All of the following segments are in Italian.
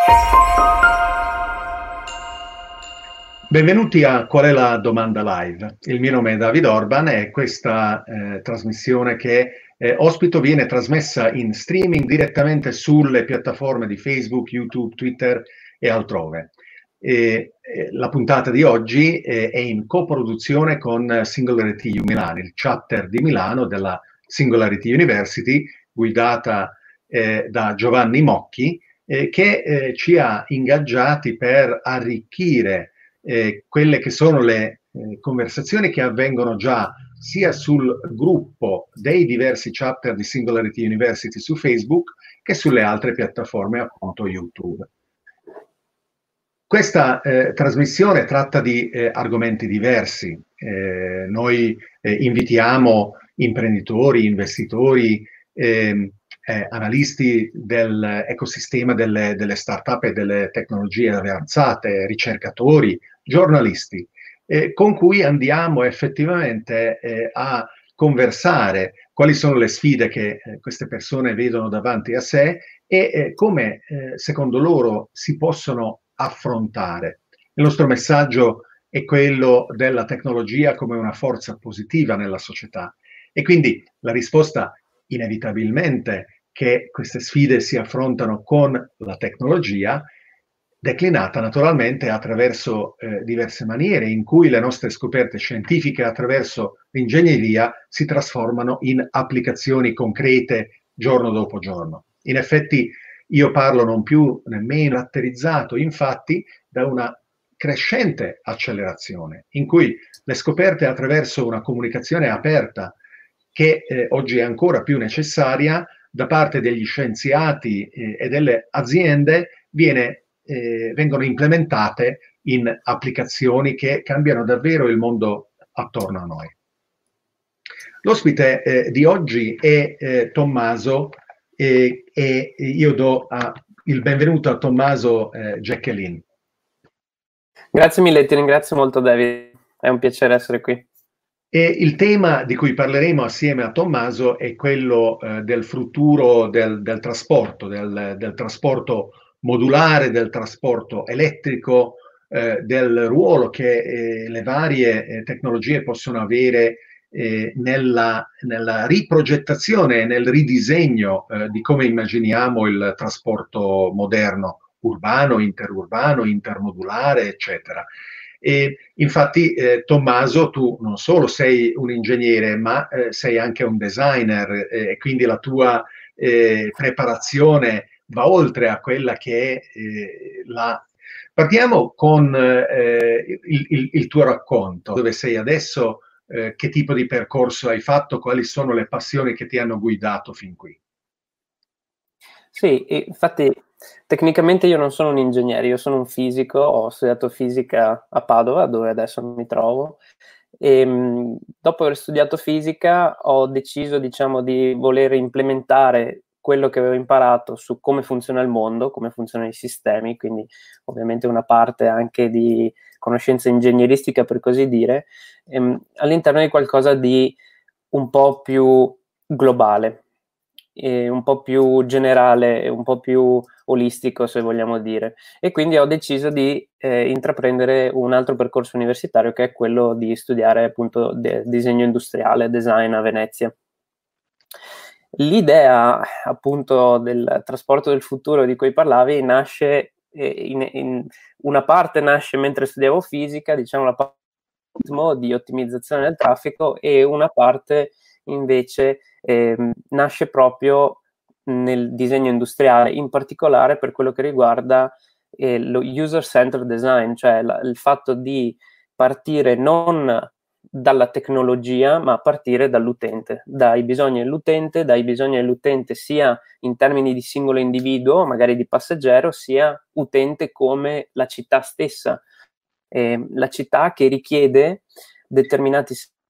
Benvenuti a Qual è la domanda live? Il mio nome è David Orban e questa trasmissione che ospito viene trasmessa in streaming direttamente sulle piattaforme di Facebook, YouTube, Twitter e altrove. La puntata di oggi è in coproduzione con Singularity U Milano, il chapter di Milano della Singularity University, guidata da Giovanni Mocchi, che ci ha ingaggiati per arricchire quelle che sono le conversazioni che avvengono già sia sul gruppo dei diversi chapter di Singularity University su Facebook che sulle altre piattaforme, appunto YouTube. Questa trasmissione tratta di argomenti diversi. Noi invitiamo imprenditori, investitori, analisti dell'ecosistema delle start-up e delle tecnologie avanzate, ricercatori, giornalisti, con cui andiamo effettivamente a conversare quali sono le sfide che queste persone vedono davanti a sé e come secondo loro si possono affrontare. Il nostro messaggio è quello della tecnologia come una forza positiva nella società e quindi la risposta inevitabilmente che queste sfide si affrontano con la tecnologia, declinata naturalmente attraverso diverse maniere in cui le nostre scoperte scientifiche attraverso l'ingegneria si trasformano in applicazioni concrete giorno dopo giorno. In effetti io parlo non più nemmeno caratterizzato infatti da una crescente accelerazione in cui le scoperte attraverso una comunicazione aperta che oggi è ancora più necessaria da parte degli scienziati e delle aziende vengono implementate in applicazioni che cambiano davvero il mondo attorno a noi. L'ospite di oggi è Tommaso e io do il benvenuto a Tommaso Jacqueline. Grazie mille, ti ringrazio molto David, è un piacere essere qui. E il tema di cui parleremo assieme a Tommaso è quello del futuro del trasporto, del trasporto modulare, del trasporto elettrico, del ruolo che le varie tecnologie possono avere nella riprogettazione e nel ridisegno di come immaginiamo il trasporto moderno, urbano, interurbano, intermodulare, eccetera. E infatti Tommaso, tu non solo sei un ingegnere, ma sei anche un designer e quindi la tua preparazione va oltre a quella che è la... Partiamo con il tuo racconto, dove sei adesso, che tipo di percorso hai fatto, quali sono le passioni che ti hanno guidato fin qui? Sì, infatti tecnicamente io non sono un ingegnere, io sono un fisico, ho studiato fisica a Padova, dove adesso mi trovo, e dopo aver studiato fisica ho deciso, diciamo, di voler implementare quello che avevo imparato su come funziona il mondo, come funzionano i sistemi, quindi ovviamente una parte anche di conoscenza ingegneristica, per così dire, all'interno di qualcosa di un po' più globale, un po' più generale, un po' più olistico, se vogliamo dire. E quindi ho deciso di intraprendere un altro percorso universitario, che è quello di studiare appunto disegno industriale, design a Venezia. L'idea appunto del trasporto del futuro di cui parlavi nasce in una parte nasce mentre studiavo fisica, diciamo la parte di ottimizzazione del traffico, e una parte invece nasce proprio nel disegno industriale, in particolare per quello che riguarda lo user-centered design, cioè il fatto di partire non dalla tecnologia, ma partire dall'utente, dai bisogni dell'utente sia in termini di singolo individuo, magari di passeggero, sia utente come la città stessa. La città che richiede determinate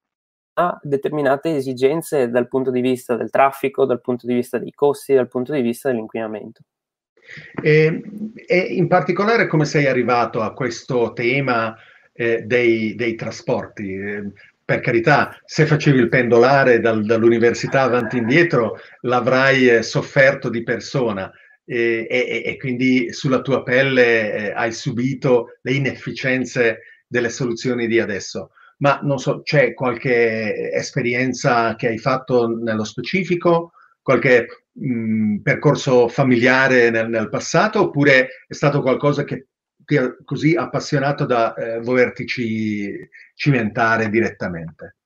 esigenze dal punto di vista del traffico, dal punto di vista dei costi, dal punto di vista dell'inquinamento. E in particolare come sei arrivato a questo tema dei trasporti? Per carità, se facevi il pendolare dall'università avanti e indietro l'avrai sofferto di persona, e quindi sulla tua pelle hai subito le inefficienze delle soluzioni di adesso. Ma non so, c'è qualche esperienza che hai fatto nello specifico, qualche percorso familiare nel passato, oppure è stato qualcosa che ti ha così appassionato da volerti cimentare direttamente?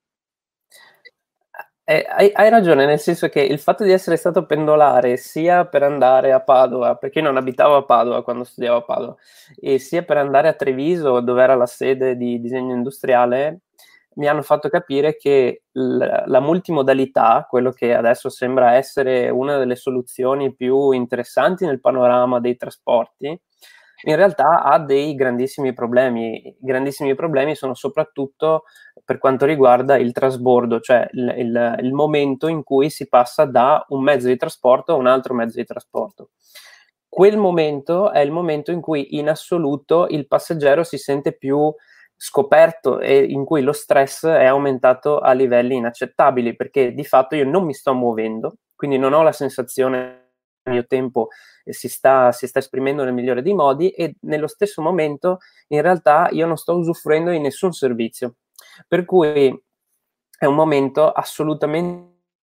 Hai ragione, nel senso che il fatto di essere stato pendolare sia per andare a Padova, perché io non abitavo a Padova quando studiavo a Padova, e sia per andare a Treviso, dove era la sede di disegno industriale, mi hanno fatto capire che la multimodalità, quello che adesso sembra essere una delle soluzioni più interessanti nel panorama dei trasporti, in realtà ha dei grandissimi problemi. I grandissimi problemi sono soprattutto per quanto riguarda il trasbordo, cioè il momento in cui si passa da un mezzo di trasporto a un altro mezzo di trasporto. Quel momento è il momento in cui in assoluto il passeggero si sente più scoperto e in cui lo stress è aumentato a livelli inaccettabili, perché di fatto io non mi sto muovendo, quindi non ho la sensazione che il mio tempo si sta esprimendo nel migliore dei modi, e nello stesso momento in realtà io non sto usufruendo di nessun servizio, per cui è un momento assolutamente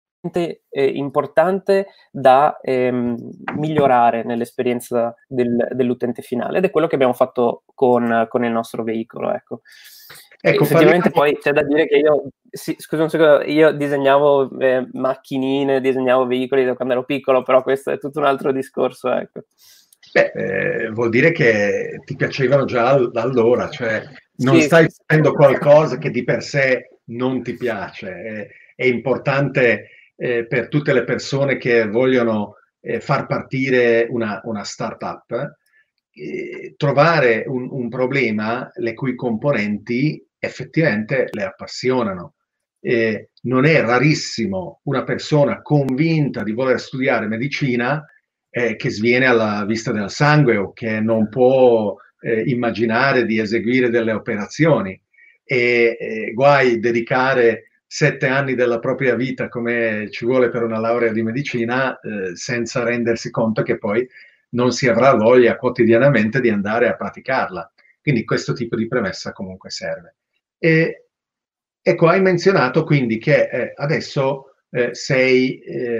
importante da migliorare nell'esperienza dell'utente finale, ed è quello che abbiamo fatto con il nostro veicolo, ecco. Ecco, Effettivamente parliamo. poi c'è da dire che io, sì, scusa un secondo, io disegnavo macchinine, disegnavo veicoli da quando ero piccolo, però questo è tutto un altro discorso, ecco. Beh, vuol dire che ti piacevano già da allora, cioè non Sì, stai sì, sì. facendo qualcosa che di per sé non ti piace. È importante per tutte le persone che vogliono far partire una startup trovare un problema le cui componenti effettivamente le appassionano. Non è rarissimo una persona convinta di voler studiare medicina che sviene alla vista del sangue o che non può immaginare di eseguire delle operazioni e guai dedicare 7 anni della propria vita come ci vuole per una laurea di medicina senza rendersi conto che poi non si avrà voglia quotidianamente di andare a praticarla. Quindi questo tipo di premessa comunque serve. E, ecco, hai menzionato quindi che adesso sei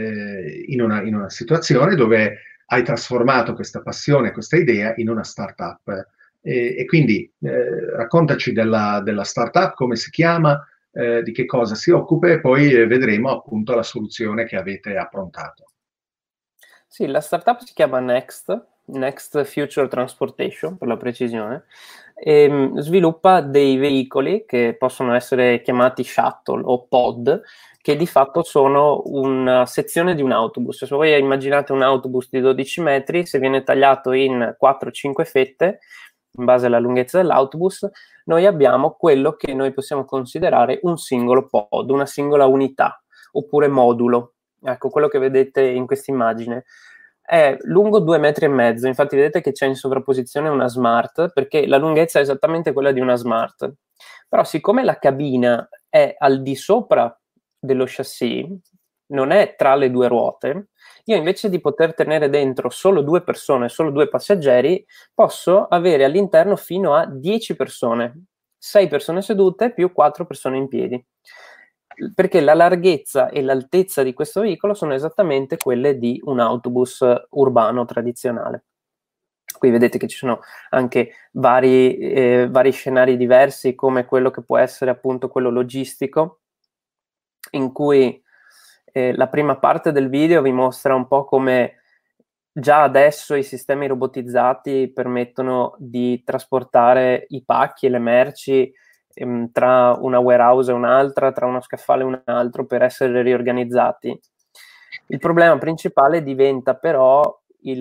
in una situazione dove hai trasformato questa passione, questa idea in una startup. E quindi raccontaci della startup, come si chiama, di che cosa si occupa e poi vedremo appunto la soluzione che avete approntato. Sì, la startup si chiama Next Future Transportation, per la precisione, e sviluppa dei veicoli che possono essere chiamati shuttle o pod, che di fatto sono una sezione di un autobus. Se voi immaginate un autobus di 12 metri, se viene tagliato in 4-5 fette, in base alla lunghezza dell'autobus, noi abbiamo quello che noi possiamo considerare un singolo pod, una singola unità, oppure modulo. Ecco, quello che vedete in questa immagine è lungo 2,5 metri, infatti vedete che c'è in sovrapposizione una Smart, perché la lunghezza è esattamente quella di una Smart. Però siccome la cabina è al di sopra dello chassis, non è tra le due ruote, io invece di poter tenere dentro solo 2 persone, solo 2 passeggeri, posso avere all'interno fino a 10 persone, 6 persone sedute più 4 persone in piedi, perché la larghezza e l'altezza di questo veicolo sono esattamente quelle di un autobus urbano tradizionale. Qui vedete che ci sono anche vari scenari diversi, come quello che può essere appunto quello logistico, in cui la prima parte del video vi mostra un po' come già adesso i sistemi robotizzati permettono di trasportare i pacchi e le merci tra una warehouse e un'altra, tra uno scaffale e un altro, per essere riorganizzati. Il problema principale diventa però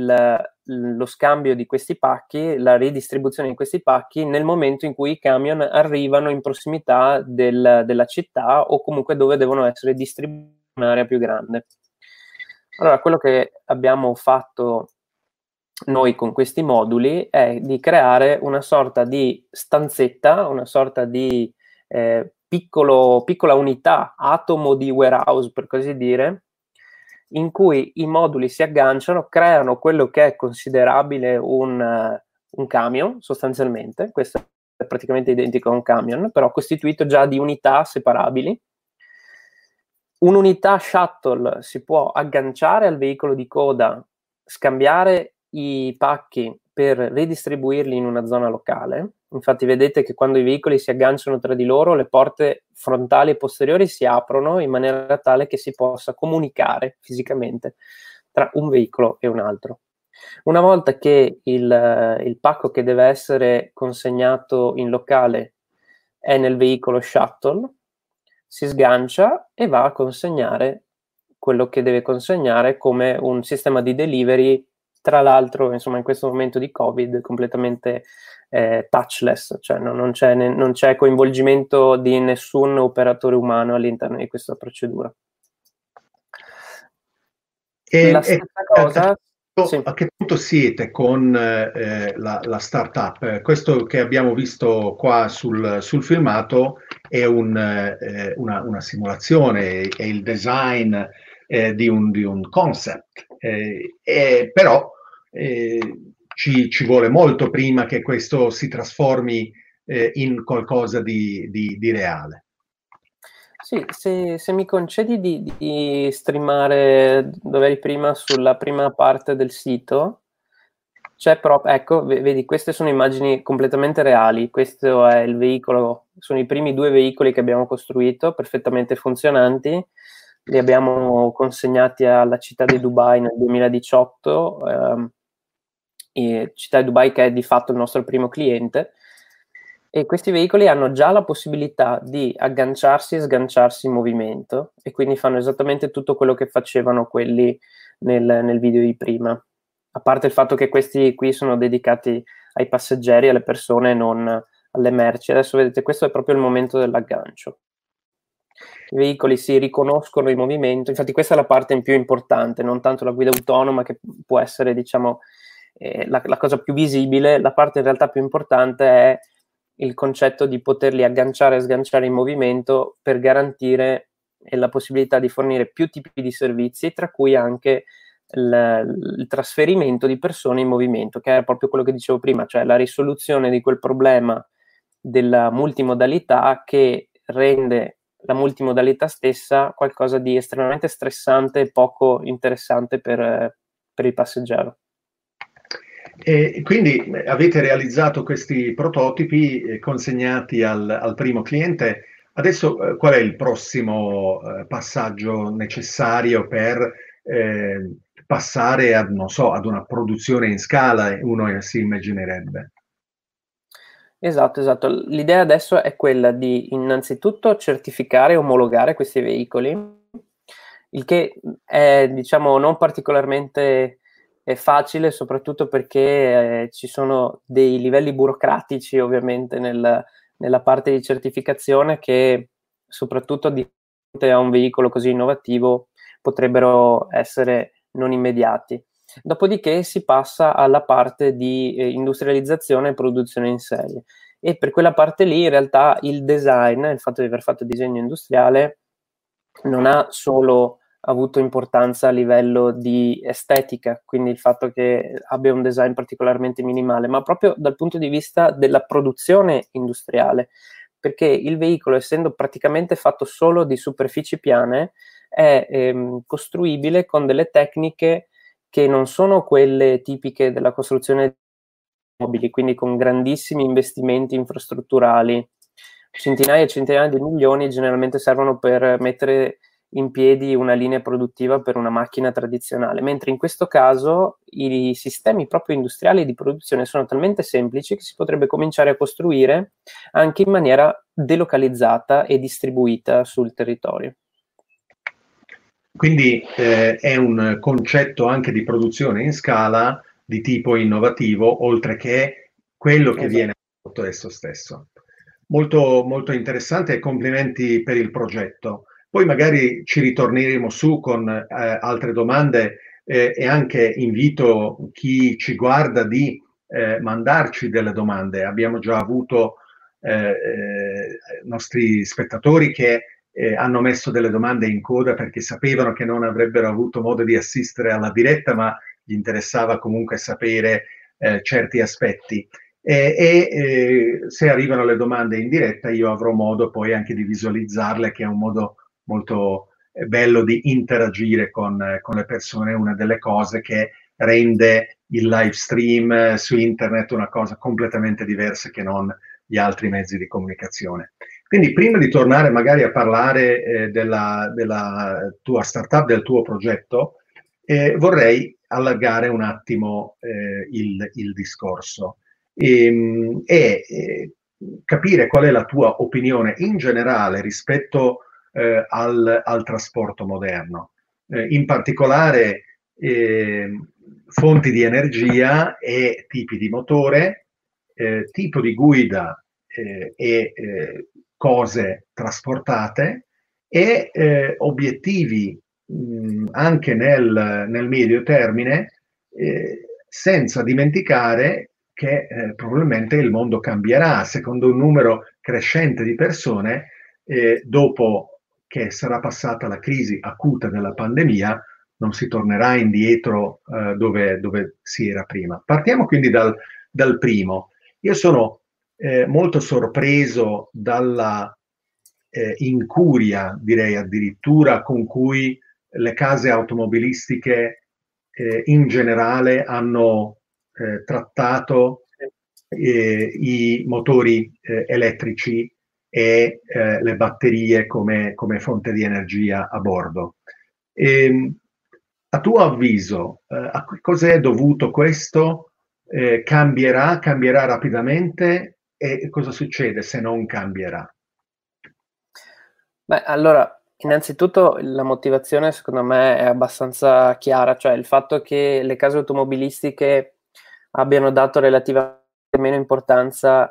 lo scambio di questi pacchi, la ridistribuzione di questi pacchi nel momento in cui i camion arrivano in prossimità della città, o comunque dove devono essere distribuiti in un'area più grande. Allora, quello che abbiamo fatto noi con questi moduli è di creare una sorta di stanzetta, una sorta di piccola unità, atomo di warehouse per così dire, in cui i moduli si agganciano, creano quello che è considerabile un camion, sostanzialmente. Questo è praticamente identico a un camion, però costituito già di unità separabili. Un'unità shuttle si può agganciare al veicolo di coda, scambiare i pacchi per ridistribuirli in una zona locale. Infatti vedete che quando i veicoli si agganciano tra di loro, le porte frontali e posteriori si aprono in maniera tale che si possa comunicare fisicamente tra un veicolo e un altro. Una volta che il pacco che deve essere consegnato in locale è nel veicolo shuttle, si sgancia e va a consegnare quello che deve consegnare come un sistema di delivery, tra l'altro, insomma, in questo momento di Covid, completamente touchless, cioè non c'è coinvolgimento di nessun operatore umano all'interno di questa procedura. La stessa cosa... Sì. A che punto siete con la startup? Questo che abbiamo visto qua sul filmato è una simulazione, è il design di un concept, però ci vuole molto prima che questo si trasformi in qualcosa di reale. Sì, se mi concedi di streamare dove eri prima sulla prima parte del sito, c'è proprio, ecco, vedi, queste sono immagini completamente reali. Questo è il veicolo, sono i primi 2 veicoli che abbiamo costruito, perfettamente funzionanti. Li abbiamo consegnati alla città di Dubai nel 2018, città di Dubai che è di fatto il nostro primo cliente. E questi veicoli hanno già la possibilità di agganciarsi e sganciarsi in movimento, e quindi fanno esattamente tutto quello che facevano quelli nel video di prima. A parte il fatto che questi qui sono dedicati ai passeggeri, alle persone, non alle merci. Adesso vedete, questo è proprio il momento dell'aggancio. I veicoli si riconoscono in movimento, infatti questa è la parte in più importante, non tanto la guida autonoma, che può essere, diciamo, la cosa più visibile. La parte in realtà più importante è il concetto di poterli agganciare e sganciare in movimento per garantire la possibilità di fornire più tipi di servizi, tra cui anche il trasferimento di persone in movimento, che è proprio quello che dicevo prima, cioè la risoluzione di quel problema della multimodalità che rende la multimodalità stessa qualcosa di estremamente stressante e poco interessante per il passeggero. E quindi avete realizzato questi prototipi consegnati al primo cliente. Adesso qual è il prossimo passaggio necessario per passare non so, ad una produzione in scala, uno si immaginerebbe? Esatto. L'idea adesso è quella di innanzitutto certificare e omologare questi veicoli, il che è, diciamo, non particolarmente facile, soprattutto perché ci sono dei livelli burocratici ovviamente nella parte di certificazione che, soprattutto di fronte a un veicolo così innovativo, potrebbero essere non immediati. Dopodiché si passa alla parte di industrializzazione e produzione in serie, e per quella parte lì in realtà il design, il fatto di aver fatto disegno industriale, non ha solo avuto importanza a livello di estetica, quindi il fatto che abbia un design particolarmente minimale, ma proprio dal punto di vista della produzione industriale, perché il veicolo, essendo praticamente fatto solo di superfici piane, è costruibile con delle tecniche che non sono quelle tipiche della costruzione mobili, quindi con grandissimi investimenti infrastrutturali. Centinaia e centinaia di milioni generalmente servono per mettere in piedi una linea produttiva per una macchina tradizionale, mentre in questo caso i sistemi proprio industriali di produzione sono talmente semplici che si potrebbe cominciare a costruire anche in maniera delocalizzata e distribuita sul territorio. Quindi è un concetto anche di produzione in scala di tipo innovativo, oltre che quello che viene prodotto esso stesso. Molto, molto interessante e complimenti per il progetto. Poi magari ci ritorneremo su con altre domande e anche invito chi ci guarda di mandarci delle domande. Abbiamo già avuto nostri spettatori che hanno messo delle domande in coda perché sapevano che non avrebbero avuto modo di assistere alla diretta, ma gli interessava comunque sapere certi aspetti. Se arrivano le domande in diretta, io avrò modo poi anche di visualizzarle, che è un modo molto bello di interagire con le persone, una delle cose che rende il live stream su internet una cosa completamente diversa che non gli altri mezzi di comunicazione. Quindi prima di tornare magari a parlare della tua startup, del tuo progetto, vorrei allargare un attimo il discorso e capire qual è la tua opinione in generale rispetto al trasporto moderno. In particolare fonti di energia e tipi di motore, tipo di guida e cose trasportate e obiettivi anche nel medio termine, senza dimenticare che probabilmente il mondo cambierà secondo un numero crescente di persone dopo che sarà passata la crisi acuta della pandemia, non si tornerà indietro dove si era prima. Partiamo quindi dal primo. Io sono molto sorpreso dalla incuria, direi addirittura, con cui le case automobilistiche in generale hanno trattato i motori elettrici e le batterie come fonte di energia a bordo. A tuo avviso, a cos'è dovuto questo? Cambierà rapidamente e cosa succede se non cambierà? Beh, allora, innanzitutto la motivazione secondo me è abbastanza chiara, cioè il fatto che le case automobilistiche abbiano dato relativamente meno importanza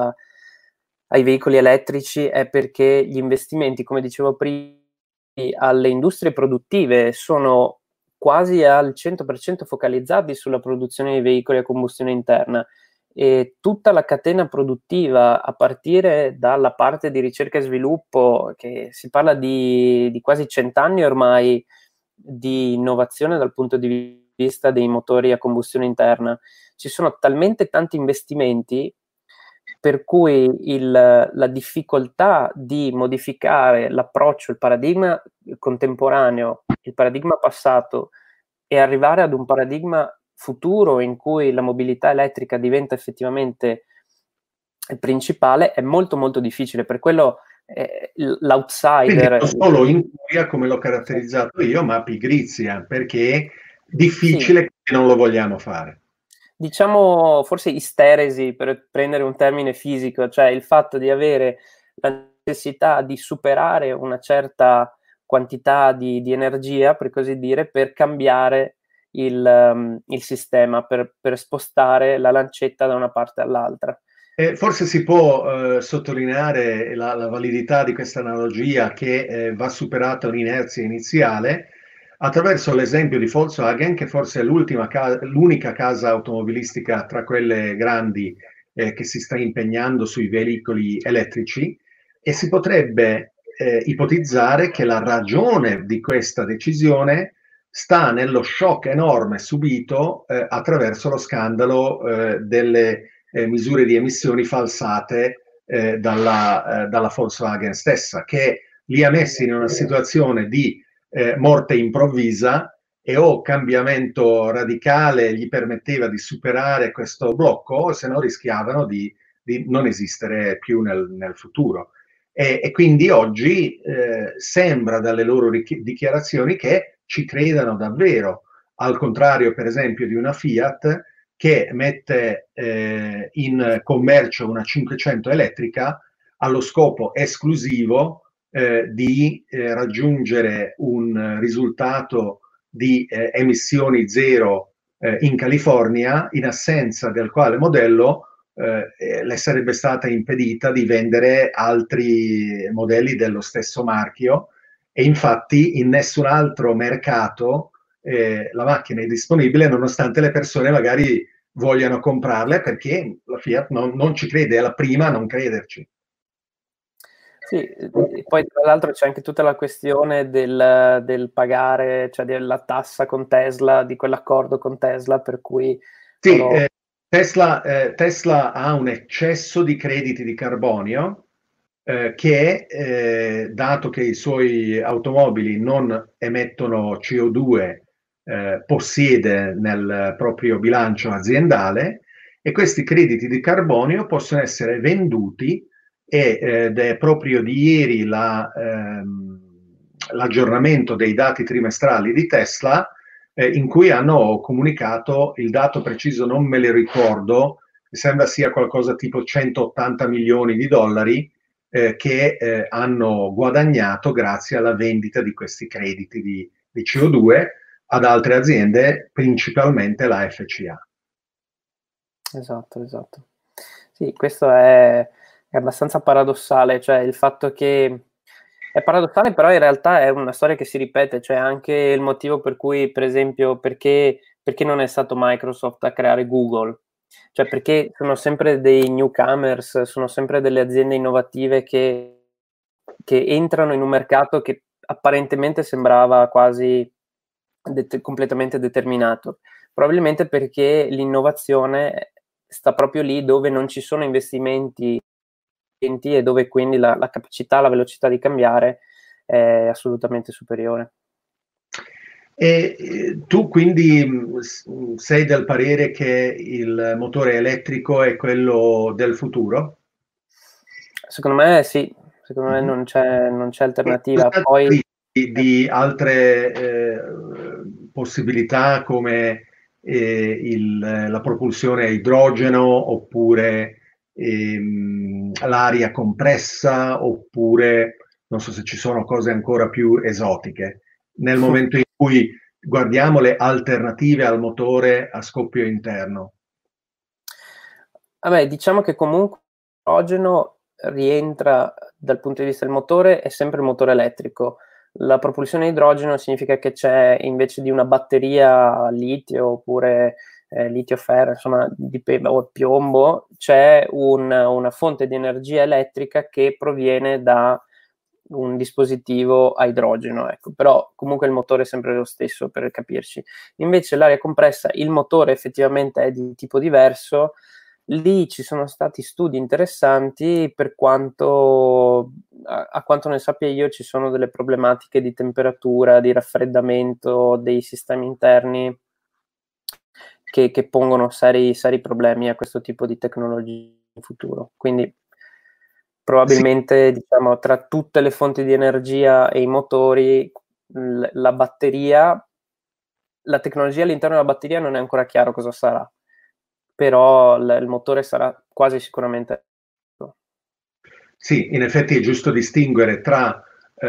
ai veicoli elettrici è perché gli investimenti, come dicevo prima, alle industrie produttive sono quasi al 100% focalizzati sulla produzione di veicoli a combustione interna e tutta la catena produttiva, a partire dalla parte di ricerca e sviluppo, che si parla di quasi 100 anni ormai di innovazione dal punto di vista dei motori a combustione interna. Ci sono talmente tanti investimenti per cui la difficoltà di modificare l'approccio, il paradigma contemporaneo, il paradigma passato e arrivare ad un paradigma futuro in cui la mobilità elettrica diventa effettivamente il principale è molto molto difficile. Per quello l'outsider... Quindi non solo incuria come l'ho caratterizzato io, ma pigrizia, perché è difficile Sì. che non lo vogliamo fare. Diciamo forse isteresi, per prendere un termine fisico, cioè il fatto di avere la necessità di superare una certa quantità di energia, per così dire, per cambiare il sistema, per spostare la lancetta da una parte all'altra. Forse si può sottolineare la validità di questa analogia che va superata un'inerzia iniziale attraverso l'esempio di Volkswagen, che forse è l'unica casa automobilistica tra quelle grandi che si sta impegnando sui veicoli elettrici, e si potrebbe ipotizzare che la ragione di questa decisione sta nello shock enorme subito attraverso lo scandalo delle misure di emissioni falsate dalla Volkswagen stessa, che li ha messi in una situazione di morte improvvisa, e o cambiamento radicale gli permetteva di superare questo blocco, se no rischiavano di non esistere più nel futuro. E quindi oggi sembra dalle loro dichiarazioni che ci credano davvero, al contrario per esempio di una Fiat che mette in commercio una 500 elettrica allo scopo esclusivo di raggiungere un risultato di emissioni zero in California, in assenza del quale modello le sarebbe stata impedita di vendere altri modelli dello stesso marchio, e infatti in nessun altro mercato la macchina è disponibile, nonostante le persone magari vogliano comprarle, perché la Fiat non ci crede, è la prima a non crederci. Sì, e poi tra l'altro c'è anche tutta la questione del pagare, cioè della tassa con Tesla, di quell'accordo con Tesla per cui Sì, loro... Tesla ha un eccesso di crediti di carbonio che, dato che i suoi automobili non emettono CO2, possiede nel proprio bilancio aziendale, e questi crediti di carbonio possono essere venduti ed è proprio di ieri l'aggiornamento dei dati trimestrali di Tesla, in cui hanno comunicato il dato preciso, non me lo ricordo, mi sembra sia qualcosa tipo 180 milioni di dollari che hanno guadagnato grazie alla vendita di questi crediti di CO2 ad altre aziende, principalmente la FCA. Esatto, esatto. Sì, questo è abbastanza paradossale, cioè il fatto che è paradossale, però in realtà è una storia che si ripete, cioè anche il motivo per cui, per esempio, perché non è stato Microsoft a creare Google, cioè perché sono sempre dei newcomers, sono sempre delle aziende innovative che entrano in un mercato che apparentemente sembrava quasi completamente determinato. Probabilmente perché l'innovazione sta proprio lì dove non ci sono investimenti e dove quindi la capacità, la velocità di cambiare è assolutamente superiore. E tu quindi sei del parere che il motore elettrico è quello del futuro? Secondo me sì, secondo me Mhm. non c'è E alternativa. cosa Poi di altre possibilità come la propulsione a idrogeno, oppure l'aria compressa, oppure non so se ci sono cose ancora più esotiche, nel momento in cui guardiamo le alternative al motore a scoppio interno. vabbè, diciamo che comunque l'idrogeno rientra dal punto di vista del motore, è sempre il motore elettrico. La propulsione a idrogeno significa che c'è invece di una batteria a litio oppure litio-ferro, insomma, o piombo, c'è una fonte di energia elettrica che proviene da un dispositivo a idrogeno, ecco. Però comunque il motore è sempre lo stesso, per capirci. Invece l'aria compressa, il motore effettivamente è di tipo diverso. Lì ci sono stati studi interessanti, per quanto a quanto ne sappia io ci sono delle problematiche di temperatura, di raffreddamento dei sistemi interni che pongono seri problemi a questo tipo di tecnologie in futuro. Quindi Sì, probabilmente, diciamo, tra tutte le fonti di energia e i motori, la batteria, la tecnologia all'interno della batteria non è ancora chiaro cosa sarà, però il motore sarà quasi sicuramente. sì, in effetti è giusto distinguere tra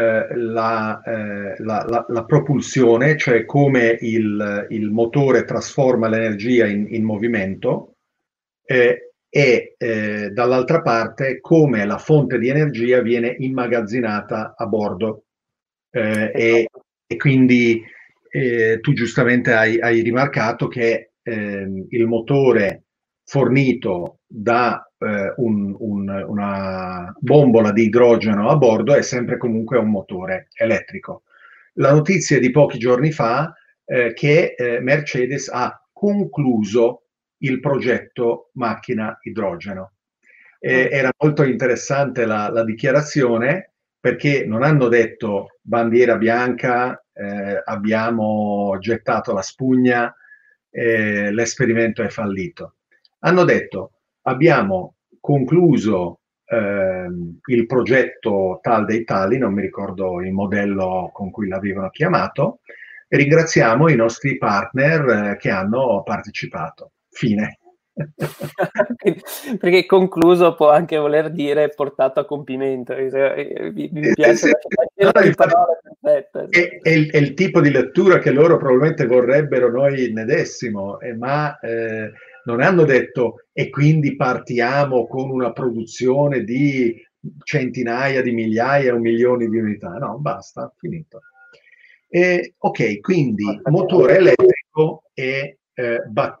la propulsione, cioè come il motore trasforma l'energia in movimento, e dall'altra parte come la fonte di energia viene immagazzinata a bordo. Eh, e, Esatto. e quindi tu giustamente hai rimarcato che il motore fornito da una bombola di idrogeno a bordo è sempre comunque un motore elettrico. La notizia di pochi giorni fa che Mercedes ha concluso il progetto macchina idrogeno. Mm. Era molto interessante la dichiarazione, perché non hanno detto bandiera bianca, abbiamo gettato la spugna, l'esperimento è fallito. Hanno detto abbiamo concluso il progetto tal dei tali, non mi ricordo il modello con cui l'avevano chiamato, e ringraziamo i nostri partner che hanno partecipato. Fine. Perché concluso può anche voler dire portato a compimento. Mi piace Sì, la no, scelta di infatti, parole perfetta. è il tipo di lettura che loro probabilmente vorrebbero noi ne dessimo, ma non hanno detto e quindi partiamo con una produzione di centinaia di migliaia o milioni di unità. No, basta, finito. Ok, quindi motore elettrico e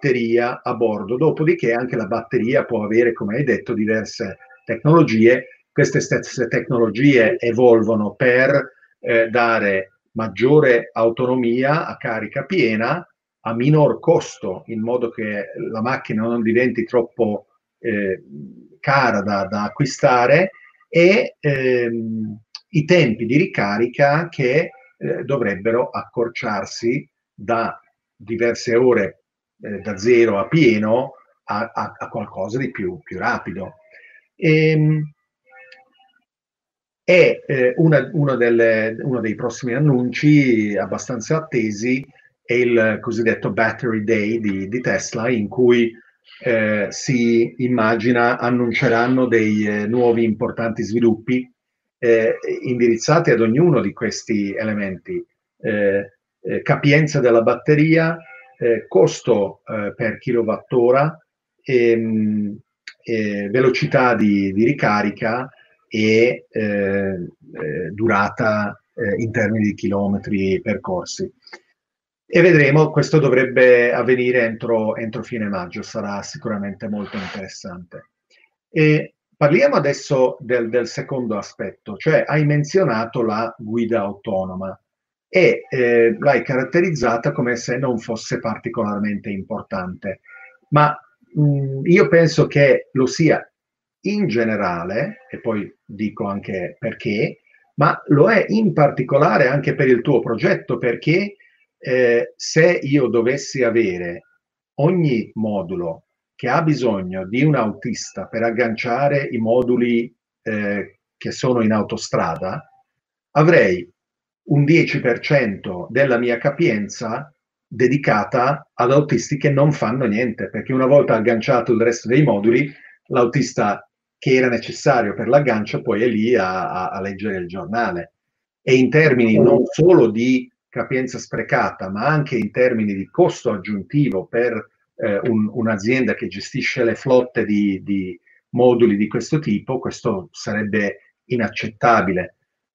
batteria a bordo. Dopodiché anche la batteria può avere, come hai detto, diverse tecnologie. queste stesse tecnologie evolvono per dare maggiore autonomia a carica piena a minor costo, in modo che la macchina non diventi troppo cara da acquistare, e i tempi di ricarica che dovrebbero accorciarsi da diverse ore da zero a pieno a qualcosa di più rapido. Uno dei prossimi annunci abbastanza attesi è il cosiddetto Battery Day di Tesla, in cui si immagina annunceranno dei nuovi importanti sviluppi indirizzati ad ognuno di questi elementi: capienza della batteria, costo per kilowattora, velocità di ricarica e durata in termini di chilometri percorsi. E vedremo, questo dovrebbe avvenire entro fine maggio, sarà sicuramente molto interessante. E parliamo adesso del secondo aspetto, cioè hai menzionato la guida autonoma e l'hai caratterizzata come se non fosse particolarmente importante, ma io penso che lo sia in generale, e poi dico anche perché, ma lo è in particolare anche per il tuo progetto, perché se io dovessi avere ogni modulo che ha bisogno di un autista per agganciare i moduli che sono in autostrada, avrei un 10% della mia capienza dedicata ad autisti che non fanno niente, perché una volta agganciato il resto dei moduli, l'autista che era necessario per l'aggancio poi è lì a leggere il giornale. E in termini non solo di capienza sprecata, ma anche in termini di costo aggiuntivo per un'azienda che gestisce le flotte di moduli di questo tipo, questo sarebbe inaccettabile.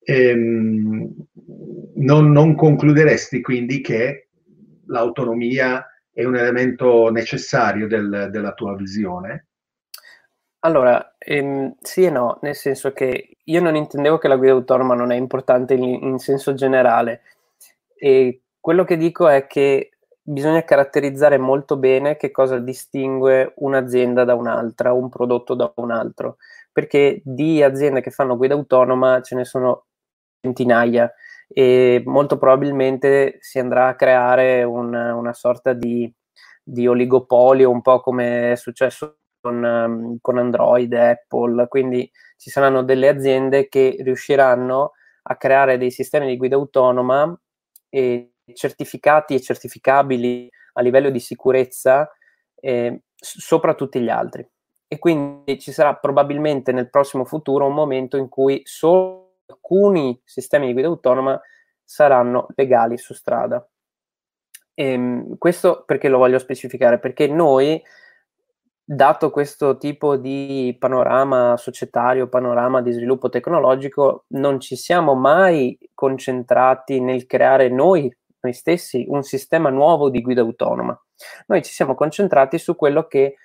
Non concluderesti quindi che l'autonomia è un elemento necessario della tua visione? Allora, sì e no, nel senso che io non intendevo che la guida autonoma non è importante in senso generale, e quello che dico è che bisogna caratterizzare molto bene che cosa distingue un'azienda da un'altra, un prodotto da un altro, perché di aziende che fanno guida autonoma ce ne sono centinaia e molto probabilmente si andrà a creare una sorta di oligopolio, un po' come è successo con Android, Apple, quindi ci saranno delle aziende che riusciranno a creare dei sistemi di guida autonoma certificati e certificabili a livello di sicurezza sopra tutti gli altri. E quindi ci sarà probabilmente nel prossimo futuro un momento in cui solo alcuni sistemi di guida autonoma saranno legali su strada. Questo perché lo voglio specificare? Perché noi, dato questo tipo di panorama societario, panorama di sviluppo tecnologico, non ci siamo mai concentrati nel creare noi stessi un sistema nuovo di guida autonoma. Noi ci siamo concentrati su quello che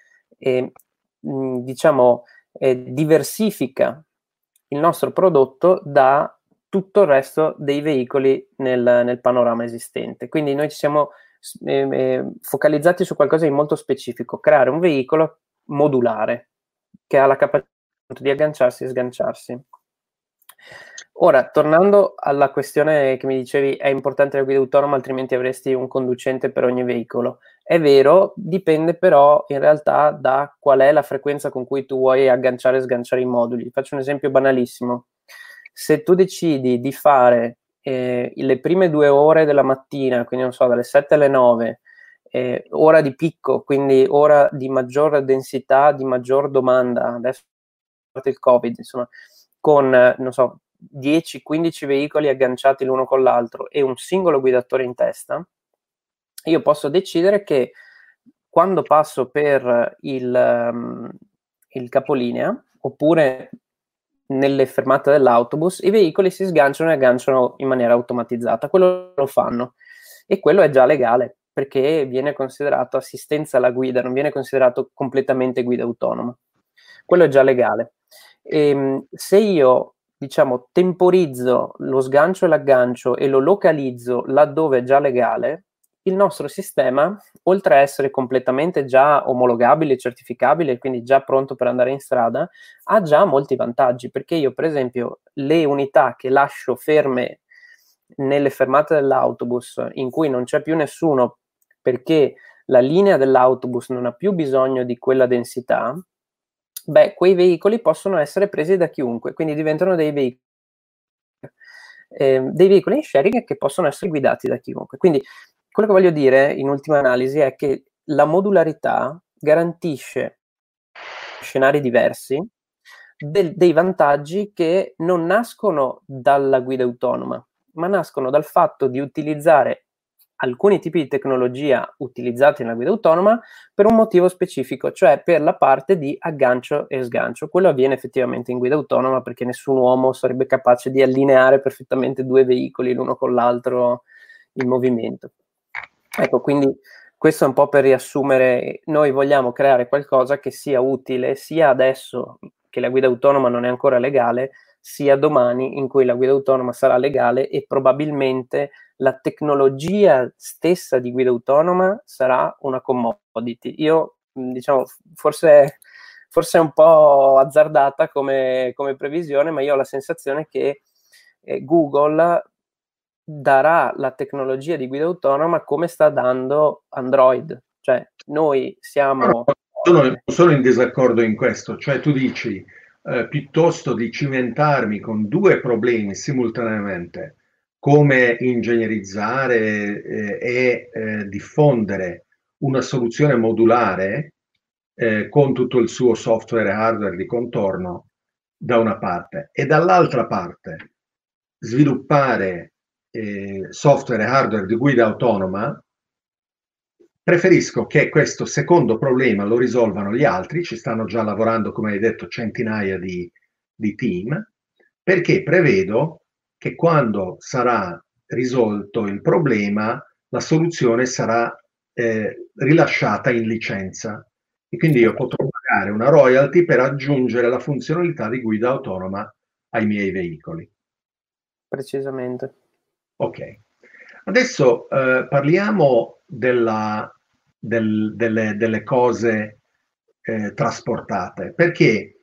diversifica il nostro prodotto da tutto il resto dei veicoli nel panorama esistente. Quindi noi ci siamo focalizzati su qualcosa di molto specifico: creare un veicolo modulare che ha la capacità di agganciarsi e sganciarsi. Ora, tornando alla questione che mi dicevi, è importante la guida autonoma, altrimenti avresti un conducente per ogni veicolo. È vero, dipende però in realtà da qual è la frequenza con cui tu vuoi agganciare e sganciare i moduli. Faccio un esempio banalissimo. Se tu decidi di fare le prime 2 ore della mattina, quindi non so, dalle 7 alle 9, ora di picco, quindi ora di maggior densità, di maggior domanda, adesso parte il Covid, insomma, con, non so, 10-15 veicoli agganciati l'uno con l'altro e un singolo guidatore in testa, io posso decidere che quando passo per il capolinea, oppure nelle fermate dell'autobus, i veicoli si sganciano e agganciano in maniera automatizzata. Quello lo fanno, e quello è già legale, perché viene considerato assistenza alla guida, non viene considerato completamente guida autonoma. Quello è già legale. Se io, diciamo, temporizzo lo sgancio e l'aggancio e lo localizzo laddove è già legale, il nostro sistema, oltre a essere completamente già omologabile, certificabile, quindi già pronto per andare in strada, ha già molti vantaggi, perché io, per esempio, le unità che lascio ferme nelle fermate dell'autobus in cui non c'è più nessuno perché la linea dell'autobus non ha più bisogno di quella densità, beh, quei veicoli possono essere presi da chiunque, quindi diventano dei veicoli in sharing che possono essere guidati da chiunque. Quindi quello che voglio dire in ultima analisi è che la modularità garantisce scenari diversi dei vantaggi che non nascono dalla guida autonoma, ma nascono dal fatto di utilizzare alcuni tipi di tecnologia utilizzati nella guida autonoma per un motivo specifico, cioè per la parte di aggancio e sgancio. Quello avviene effettivamente in guida autonoma perché nessun uomo sarebbe capace di allineare perfettamente due veicoli l'uno con l'altro in movimento. Ecco, quindi questo è un po' per riassumere, noi vogliamo creare qualcosa che sia utile sia adesso che la guida autonoma non è ancora legale, sia domani in cui la guida autonoma sarà legale e probabilmente la tecnologia stessa di guida autonoma sarà una commodity. Io, diciamo, forse è un po' azzardata come previsione, ma io ho la sensazione che Google darà la tecnologia di guida autonoma come sta dando Android. Cioè, noi siamo... Sono in disaccordo in questo, cioè tu dici piuttosto di cimentarmi con due problemi simultaneamente, come ingegnerizzare e diffondere una soluzione modulare con tutto il suo software e hardware di contorno da una parte e dall'altra parte sviluppare software e hardware di guida autonoma. Preferisco che questo secondo problema lo risolvano gli altri, ci stanno già lavorando, come hai detto, centinaia di team, perché prevedo che quando sarà risolto il problema, la soluzione sarà rilasciata in licenza e quindi io potrò pagare una royalty per aggiungere la funzionalità di guida autonoma ai miei veicoli. Precisamente. Ok, adesso parliamo delle cose trasportate, perché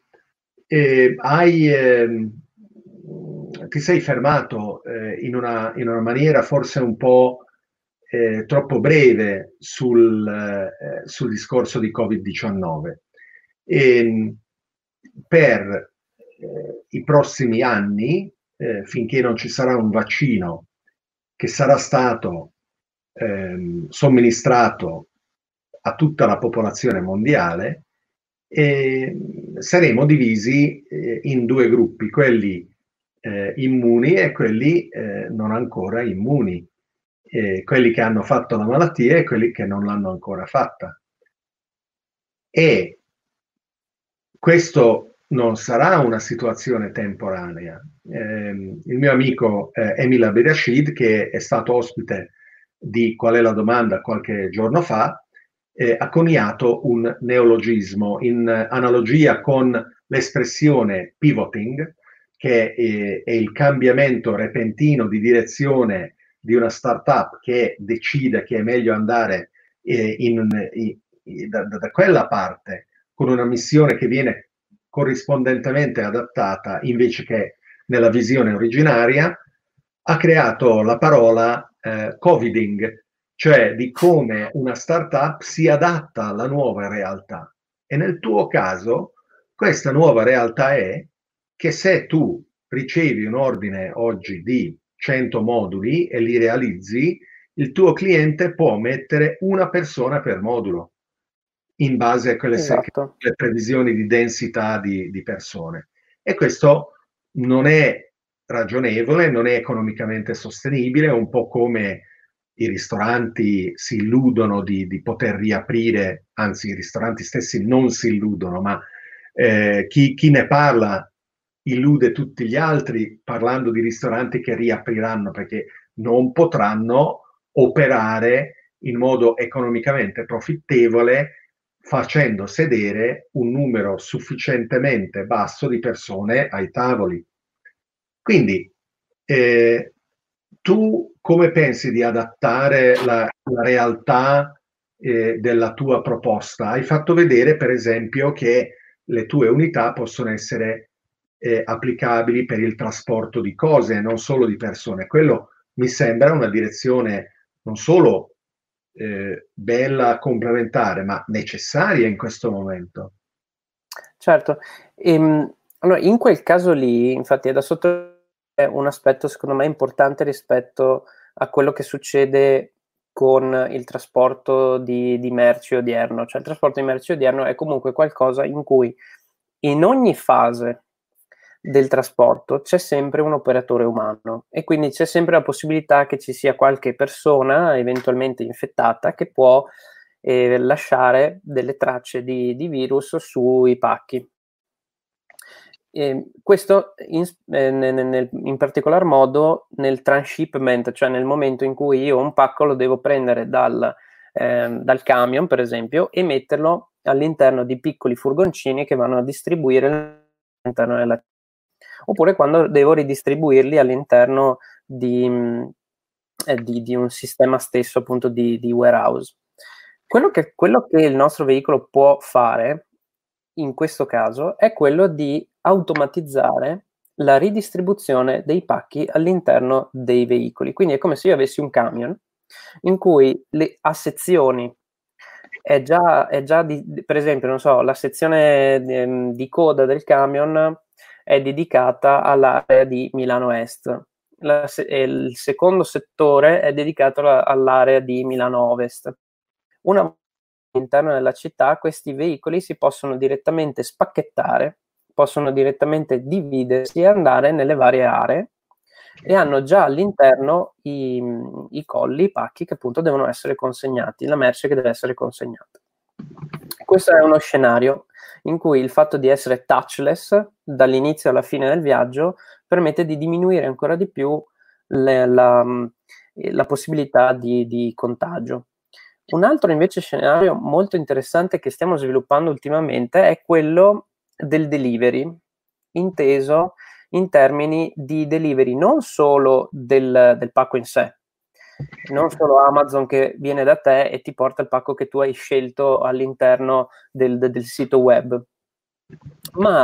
ti sei fermato in una maniera forse un po' troppo breve sul discorso di Covid-19. Per i prossimi anni, finché non ci sarà un vaccino che sarà stato somministrato a tutta la popolazione mondiale, saremo divisi in due gruppi, quelli immuni e quelli non ancora immuni, quelli che hanno fatto la malattia e quelli che non l'hanno ancora fatta. E questo non sarà una situazione temporanea. Il mio amico Emil Abderrashid, che è stato ospite di Qual è la domanda qualche giorno fa, ha coniato un neologismo in analogia con l'espressione pivoting, che è il cambiamento repentino di direzione di una startup che decide che è meglio andare da quella parte con una missione che viene corrispondentemente adattata invece che nella visione originaria, ha creato la parola coviding, cioè di come una startup si adatta alla nuova realtà. E nel tuo caso, questa nuova realtà è che se tu ricevi un ordine oggi di 100 moduli e li realizzi, il tuo cliente può mettere una persona per modulo in base a quelle Esatto. le previsioni di densità di persone. E questo non è ragionevole, non è economicamente sostenibile, è un po' come i ristoranti si illudono di poter riaprire, anzi i ristoranti stessi non si illudono, ma chi ne parla illude tutti gli altri parlando di ristoranti che riapriranno perché non potranno operare in modo economicamente profittevole facendo sedere un numero sufficientemente basso di persone ai tavoli. Quindi tu come pensi di adattare la realtà della tua proposta? Hai fatto vedere, per esempio, che le tue unità possono essere applicabili per il trasporto di cose, non solo di persone. Quello mi sembra una direzione non solo bella, complementare, ma necessaria in questo momento. Certo, allora in quel caso lì, infatti, è da sottolineare un aspetto secondo me importante rispetto a quello che succede con il trasporto di merci odierno. Cioè, il trasporto di merci odierno è comunque qualcosa in cui in ogni fase del trasporto c'è sempre un operatore umano e quindi c'è sempre la possibilità che ci sia qualche persona eventualmente infettata che può lasciare delle tracce di virus sui pacchi. Questo in particolar modo nel transshipment, cioè nel momento in cui io un pacco lo devo prendere dal camion, per esempio, e metterlo all'interno di piccoli furgoncini che vanno a distribuire all'interno della città. Oppure quando devo ridistribuirli all'interno di un sistema stesso, appunto, di warehouse. Quello che il nostro veicolo può fare in questo caso è quello di automatizzare la ridistribuzione dei pacchi all'interno dei veicoli. Quindi è come se io avessi un camion in cui a sezioni è già per esempio, non so, la sezione di coda del camion è dedicata all'area di Milano Est. Il secondo settore è dedicato all'area di Milano Ovest. Una volta all'interno della città, questi veicoli si possono direttamente spacchettare, possono direttamente dividersi e andare nelle varie aree e hanno già all'interno i colli, i pacchi che appunto devono essere consegnati, la merce che deve essere consegnata. Questo è uno scenario in cui il fatto di essere touchless dall'inizio alla fine del viaggio permette di diminuire ancora di più la possibilità di contagio. Un altro invece scenario molto interessante che stiamo sviluppando ultimamente è quello del delivery, inteso in termini di delivery non solo del pacco in sé, non solo Amazon che viene da te e ti porta il pacco che tu hai scelto all'interno del sito web, ma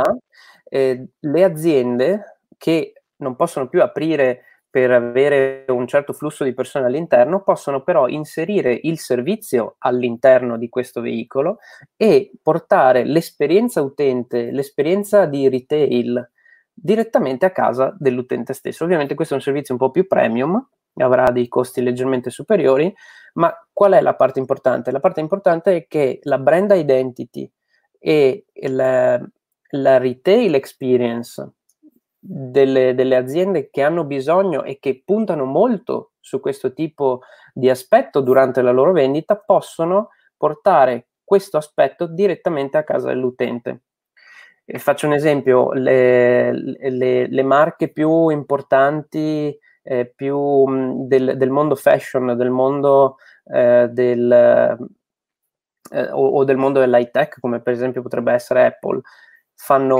le aziende che non possono più aprire per avere un certo flusso di persone all'interno, possono però inserire il servizio all'interno di questo veicolo e portare l'esperienza utente, l'esperienza di retail direttamente a casa dell'utente stesso. Ovviamente questo è un servizio un po' più premium, avrà dei costi leggermente superiori, ma qual è la parte importante? La parte importante è che la brand identity e la retail experience delle aziende che hanno bisogno e che puntano molto su questo tipo di aspetto durante la loro vendita possono portare questo aspetto direttamente a casa dell'utente. E faccio un esempio, le marche più importanti del mondo fashion, del mondo o del mondo dell'high tech, come per esempio potrebbe essere Apple, danno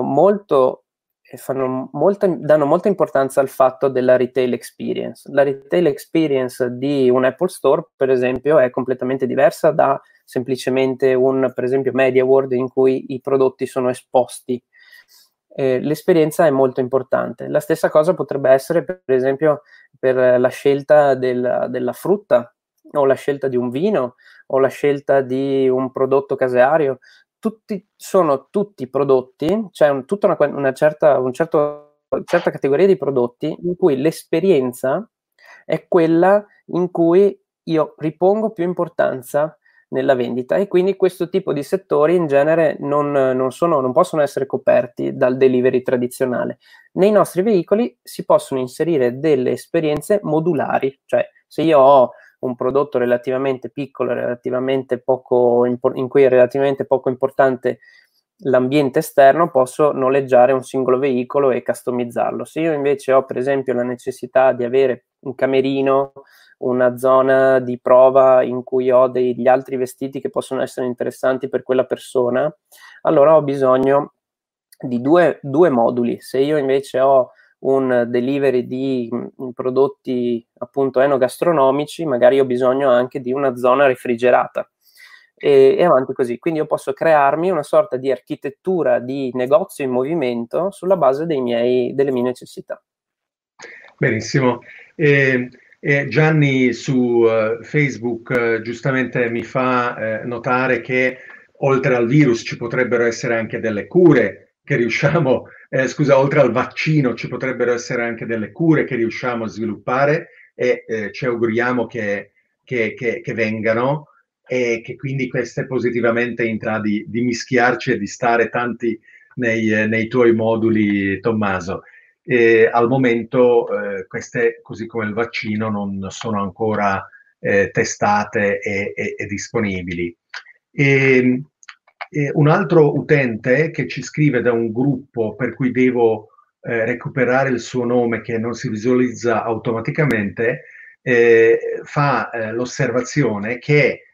molta importanza al fatto della retail experience. La retail experience di un Apple Store, per esempio, è completamente diversa da semplicemente per esempio, Media World in cui i prodotti sono esposti. L'esperienza è molto importante. La stessa cosa potrebbe essere, per esempio, per la scelta della frutta o la scelta di un vino o la scelta di un prodotto caseario. Sono tutti prodotti, cioè tutta una certa categoria di prodotti in cui l'esperienza è quella in cui io ripongo più importanza nella vendita e quindi questo tipo di settori in genere non possono essere coperti dal delivery tradizionale. Nei nostri veicoli si possono inserire delle esperienze modulari, cioè se io ho un prodotto relativamente piccolo, in cui è relativamente poco importante l'ambiente esterno posso noleggiare un singolo veicolo e customizzarlo. Se io invece ho per esempio la necessità di avere un camerino, una zona di prova in cui ho degli altri vestiti che possono essere interessanti per quella persona, allora ho bisogno di due moduli. Se io invece ho un delivery di prodotti appunto enogastronomici, magari ho bisogno anche di una zona refrigerata e avanti così. Quindi io posso crearmi una sorta di architettura di negozio in movimento sulla base delle mie necessità. Benissimo. Gianni su Facebook giustamente mi fa notare che oltre al virus ci potrebbero essere anche delle cure che riusciamo, oltre al vaccino ci potrebbero essere anche delle cure che riusciamo a sviluppare e ci auguriamo che vengano e che quindi queste positivamente intra di mischiarci e di stare tanti nei tuoi moduli, Tommaso. Al momento queste, così come il vaccino, non sono ancora testate e disponibili. Un altro utente che ci scrive da un gruppo per cui devo recuperare il suo nome che non si visualizza automaticamente, fa l'osservazione che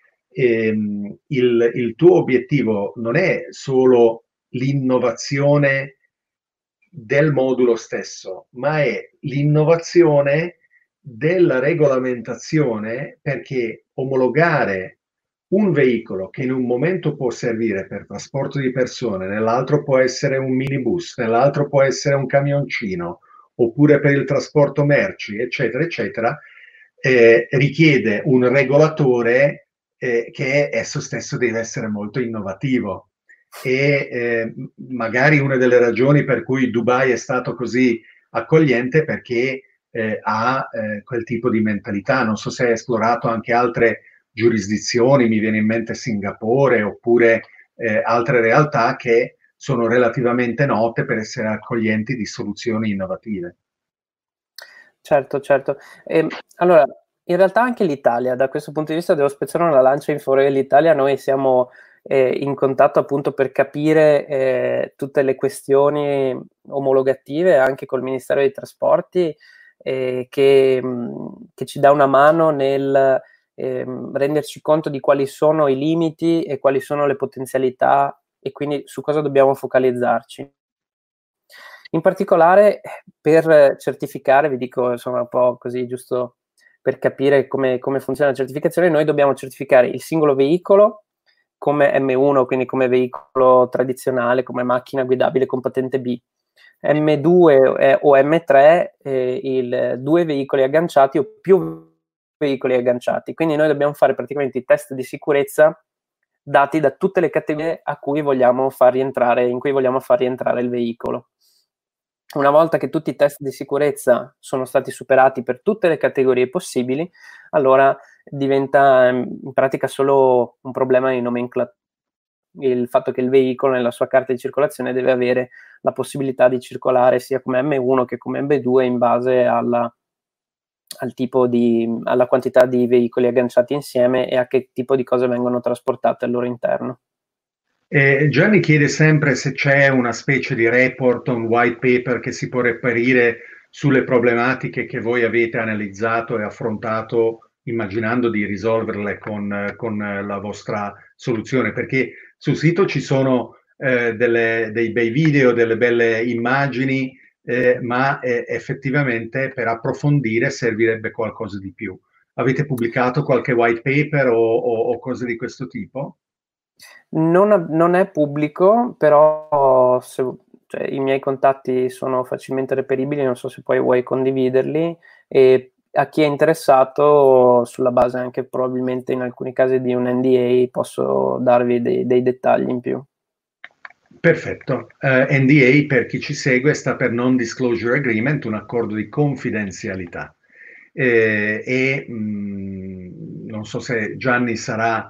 il tuo obiettivo non è solo l'innovazione del modulo stesso, ma è l'innovazione della regolamentazione, perché omologare un veicolo che in un momento può servire per trasporto di persone, nell'altro può essere un minibus, nell'altro può essere un camioncino, oppure per il trasporto merci, eccetera, eccetera, richiede un regolatore che esso stesso deve essere molto innovativo. E magari una delle ragioni per cui Dubai è stato così accogliente è perché ha quel tipo di mentalità. Non so se hai esplorato anche altre giurisdizioni, mi viene in mente Singapore oppure altre realtà che sono relativamente note per essere accoglienti di soluzioni innovative. Certo, certo. Allora, in realtà anche l'Italia, da questo punto di vista, devo spezzare una lancia in favore dell'Italia. Noi siamo in contatto appunto per capire tutte le questioni omologative anche col Ministero dei Trasporti che ci dà una mano nel renderci conto di quali sono i limiti e quali sono le potenzialità e quindi su cosa dobbiamo focalizzarci. In particolare per certificare, vi dico insomma un po' così giusto per capire come funziona la certificazione, noi dobbiamo certificare il singolo veicolo come M1, quindi come veicolo tradizionale, come macchina guidabile con patente B. M2 o M3, due veicoli agganciati o più veicoli agganciati. Quindi noi dobbiamo fare praticamente i test di sicurezza dati da tutte le categorie in cui vogliamo far rientrare il veicolo. Una volta che tutti i test di sicurezza sono stati superati per tutte le categorie possibili, allora diventa in pratica solo un problema di nomenclatura. Il fatto che il veicolo nella sua carta di circolazione deve avere la possibilità di circolare sia come M1 che come M2 in base alla quantità di veicoli agganciati insieme e a che tipo di cose vengono trasportate al loro interno. Gianni chiede sempre se c'è una specie di report, un white paper che si può reperire sulle problematiche che voi avete analizzato e affrontato, immaginando di risolverle con la vostra soluzione, perché sul sito ci sono dei bei video, delle belle immagini, ma effettivamente per approfondire servirebbe qualcosa di più. Avete pubblicato qualche white paper o cose di questo tipo? Non è pubblico, però cioè, i miei contatti sono facilmente reperibili, non so se poi vuoi condividerli, e a chi è interessato, sulla base anche probabilmente in alcuni casi di un NDA, posso darvi dei dettagli in più. Perfetto. NDA, per chi ci segue, sta per Non Disclosure Agreement, un accordo di confidenzialità. Non so se Gianni sarà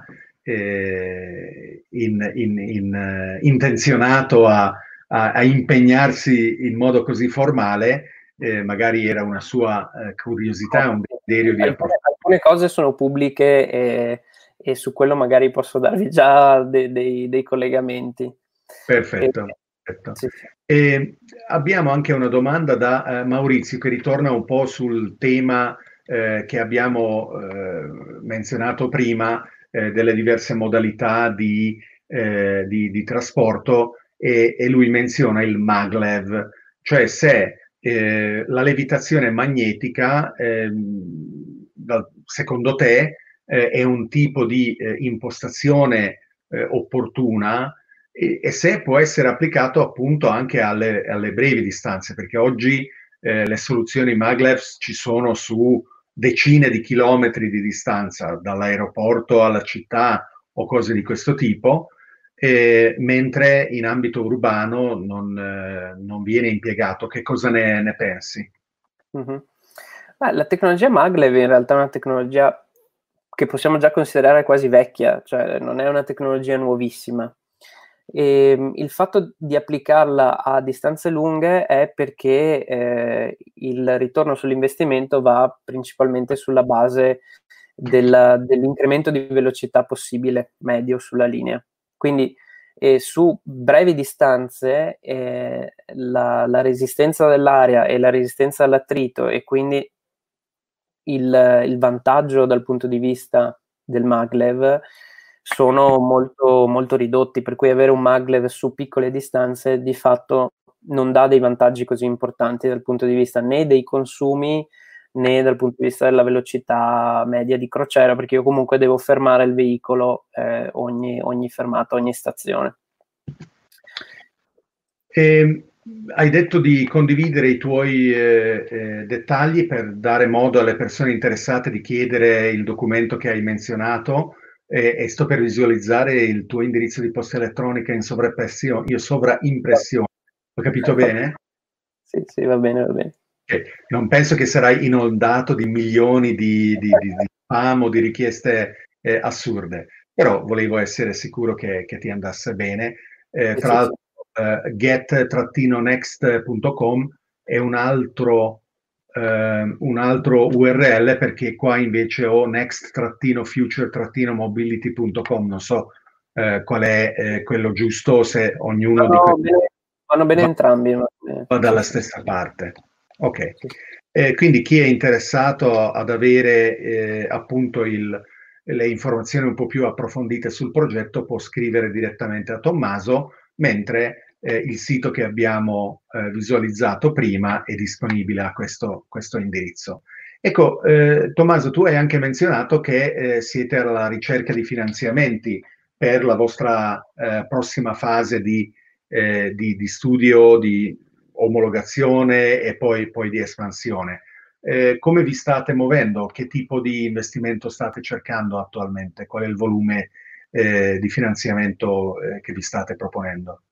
intenzionato a impegnarsi in modo così formale, magari era una sua curiosità, un desiderio di approfondire. Alcune cose sono pubbliche e su quello magari posso darvi già dei collegamenti. Perfetto, perfetto. Sì, sì. E abbiamo anche una domanda da Maurizio che ritorna un po' sul tema che abbiamo menzionato prima delle diverse modalità di trasporto e lui menziona il maglev, cioè se la levitazione magnetica, secondo te, è un tipo di impostazione opportuna e se può essere applicato appunto anche alle brevi distanze, perché oggi le soluzioni maglev ci sono su decine di chilometri di distanza, dall'aeroporto alla città o cose di questo tipo, mentre in ambito urbano non viene impiegato. Che cosa ne pensi? Mhm. La tecnologia maglev in realtà è una tecnologia che possiamo già considerare quasi vecchia, cioè non è una tecnologia nuovissima. E il fatto di applicarla a distanze lunghe è perché il ritorno sull'investimento va principalmente sulla base dell'incremento di velocità possibile medio sulla linea. Quindi su brevi distanze la resistenza dell'aria e la resistenza all'attrito e quindi il vantaggio dal punto di vista del maglev sono molto, molto ridotti, per cui avere un maglev su piccole distanze di fatto non dà dei vantaggi così importanti dal punto di vista né dei consumi né dal punto di vista della velocità media di crociera, perché io comunque devo fermare il veicolo ogni fermata, ogni stazione. Hai detto di condividere i tuoi dettagli per dare modo alle persone interessate di chiedere il documento che hai menzionato e sto per visualizzare il tuo indirizzo di posta elettronica in sovraimpressione. Ho capito bene? Sì, sì, va bene, va bene. Non penso che sarai inondato di milioni di spam o di richieste assurde, però volevo essere sicuro che ti andasse bene. Sì, Tra sì, sì. l'altro, get-next.com è un altro URL perché qua invece ho next-future-mobility.com, non so qual è quello giusto, se ognuno di questi Vanno bene va entrambi. va Sì, dalla sì. stessa parte. Ok. Sì. Quindi chi è interessato ad avere appunto le informazioni un po' più approfondite sul progetto può scrivere direttamente a Tommaso, mentre il sito che abbiamo visualizzato prima è disponibile a questo indirizzo. Ecco, Tommaso, tu hai anche menzionato che siete alla ricerca di finanziamenti per la vostra prossima fase di studio, di omologazione e poi di espansione. Come vi state muovendo? Che tipo di investimento state cercando attualmente? Qual è il volume di finanziamento che vi state proponendo?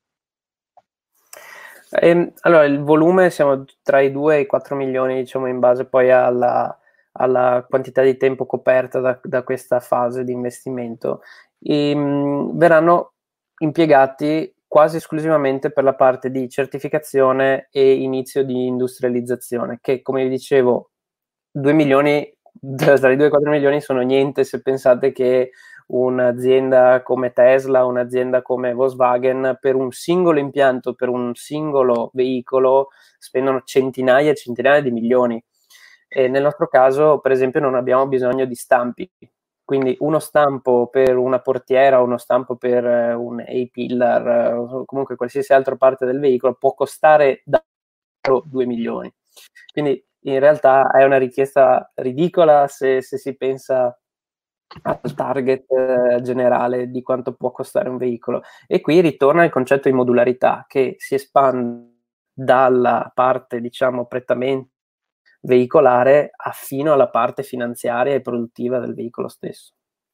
Allora, il volume siamo tra i 2 e i 4 milioni, diciamo, in base poi alla quantità di tempo coperta da questa fase di investimento. Verranno impiegati quasi esclusivamente per la parte di certificazione e inizio di industrializzazione, che come vi dicevo, 2 milioni, tra i 2 e i 4 milioni sono niente se pensate che un'azienda come Tesla, un'azienda come Volkswagen, per un singolo impianto, per un singolo veicolo, spendono centinaia e centinaia di milioni. E nel nostro caso, per esempio, non abbiamo bisogno di stampi. Quindi uno stampo per una portiera, uno stampo per un A-pillar, o comunque qualsiasi altra parte del veicolo può costare da 2 milioni. Quindi in realtà è una richiesta ridicola se si pensa al target generale di quanto può costare un veicolo. E qui ritorna il concetto di modularità che si espande dalla parte, diciamo, prettamente veicolare fino alla parte finanziaria e produttiva del veicolo stesso.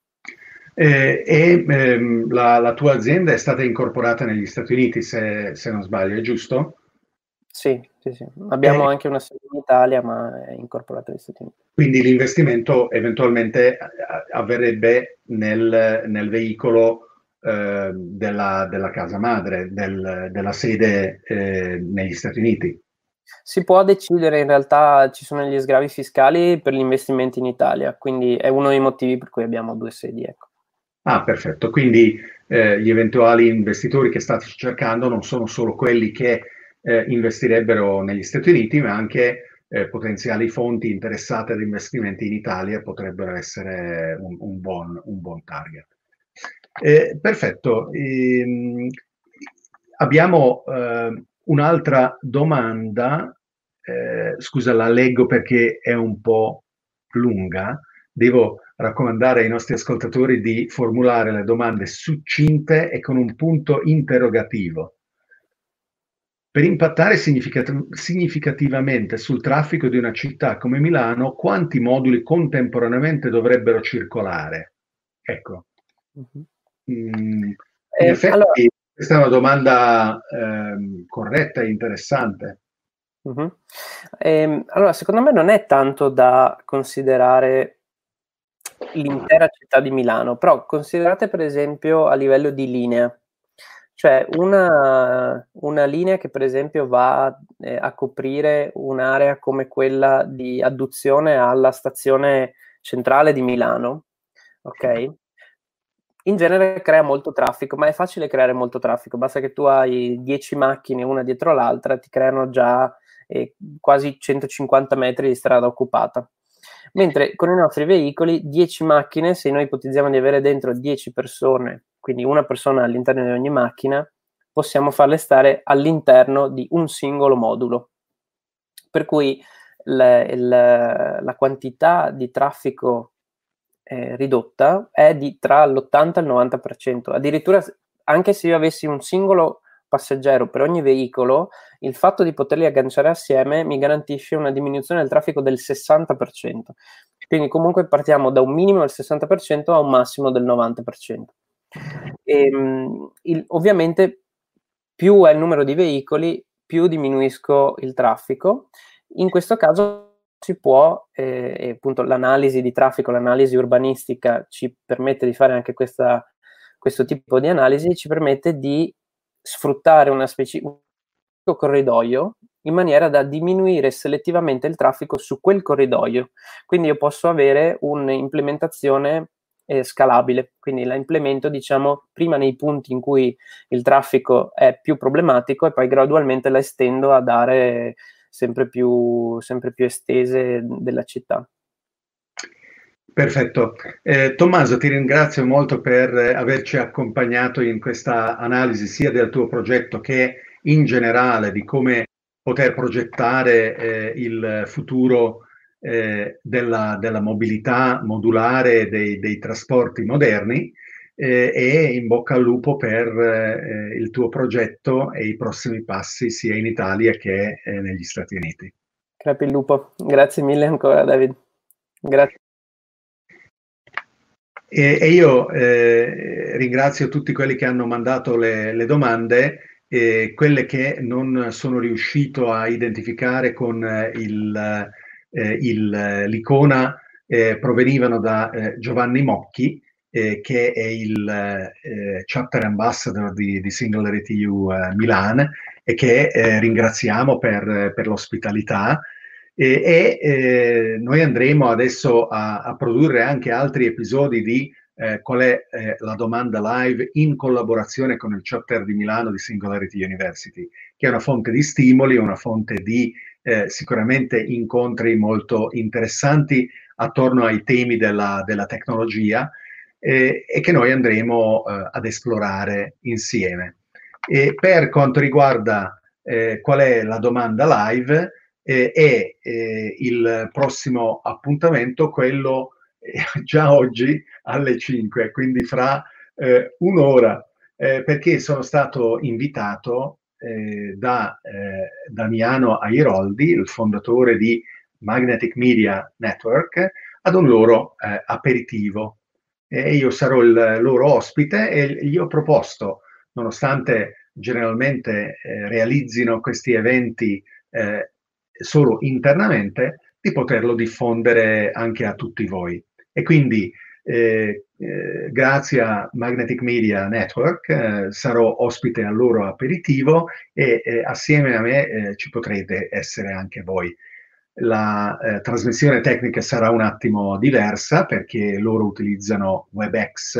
La tua azienda è stata incorporata negli Stati Uniti, se non sbaglio, è giusto? Sì, sì, sì. Abbiamo E anche una sede in Italia, ma è incorporata negli Stati Uniti. quindi l'investimento eventualmente avverrebbe nel veicolo della casa madre, della sede negli Stati Uniti. Si può decidere, in realtà ci sono gli sgravi fiscali per gli investimenti in Italia, quindi è uno dei motivi per cui abbiamo 2 sedi, ecco. Ah, perfetto. Quindi gli eventuali investitori che state cercando non sono solo quelli che investirebbero negli Stati Uniti, ma anche potenziali fonti interessate ad investimenti in Italia potrebbero essere un buon target. Perfetto. Abbiamo un'altra domanda. Scusa, la leggo perché è un po' lunga. Devo raccomandare ai nostri ascoltatori di formulare le domande succinte e con un punto interrogativo. Per impattare significativamente sul traffico di una città come Milano, quanti moduli contemporaneamente dovrebbero circolare? Ecco. In Allora, effetti questa è una domanda corretta e interessante. allora, secondo me non è tanto da considerare l'intera città di Milano, però considerate per esempio a livello di linea, cioè una linea che per esempio va a coprire un'area come quella di adduzione alla stazione centrale di Milano, ok? In genere crea molto traffico, ma è facile creare molto traffico, basta che tu hai 10 macchine una dietro l'altra, ti creano già quasi 150 metri di strada occupata. Mentre con i nostri veicoli, 10 macchine, se noi ipotizziamo di avere dentro 10 persone, quindi una persona all'interno di ogni macchina, possiamo farle stare all'interno di un singolo modulo. Per cui la quantità di traffico ridotta è di tra l'80 e il 90%. Addirittura, anche se io avessi un singolo passeggero per ogni veicolo, il fatto di poterli agganciare assieme mi garantisce una diminuzione del traffico del 60%. Quindi comunque partiamo da un minimo del 60% a un massimo del 90%. Ovviamente più è il numero di veicoli, più diminuisco il traffico. In questo caso si può, appunto l'analisi di traffico, l'analisi urbanistica ci permette di fare anche questo tipo di analisi, ci permette di sfruttare un specifico corridoio in maniera da diminuire selettivamente il traffico su quel corridoio. Quindi io posso avere un'implementazione scalabile, quindi la implemento diciamo prima nei punti in cui il traffico è più problematico e poi gradualmente la estendo ad aree sempre più estese della città. Perfetto. Tommaso, ti ringrazio molto per averci accompagnato in questa analisi sia del tuo progetto che in generale di come poter progettare il futuro della mobilità modulare dei trasporti moderni e in bocca al lupo per il tuo progetto e i prossimi passi sia in Italia che negli Stati Uniti. Crepi il lupo. Grazie mille ancora, David. Grazie. E io ringrazio tutti quelli che hanno mandato le domande, quelle che non sono riuscito a identificare con l'icona provenivano da Giovanni Mocchi, che è il chapter ambassador di Singularity U Milan e che ringraziamo per l'ospitalità. Noi andremo adesso a produrre anche altri episodi di qual è la domanda live in collaborazione con il chapter di Milano di Singularity University, che è una fonte di stimoli, una fonte di sicuramente incontri molto interessanti attorno ai temi della tecnologia e che noi andremo ad esplorare insieme. E per quanto riguarda qual è la domanda live, e il prossimo appuntamento, quello già oggi alle 5, quindi fra un'ora, perché sono stato invitato da Damiano Airoldi, il fondatore di Magnetic Media Network, ad un loro aperitivo. E io sarò il loro ospite e gli ho proposto, nonostante generalmente realizzino questi eventi solo internamente, di poterlo diffondere anche a tutti voi. E quindi grazie a Magnetic Media Network sarò ospite al loro aperitivo e assieme a me ci potrete essere anche voi. La trasmissione tecnica sarà un attimo diversa perché loro utilizzano WebEx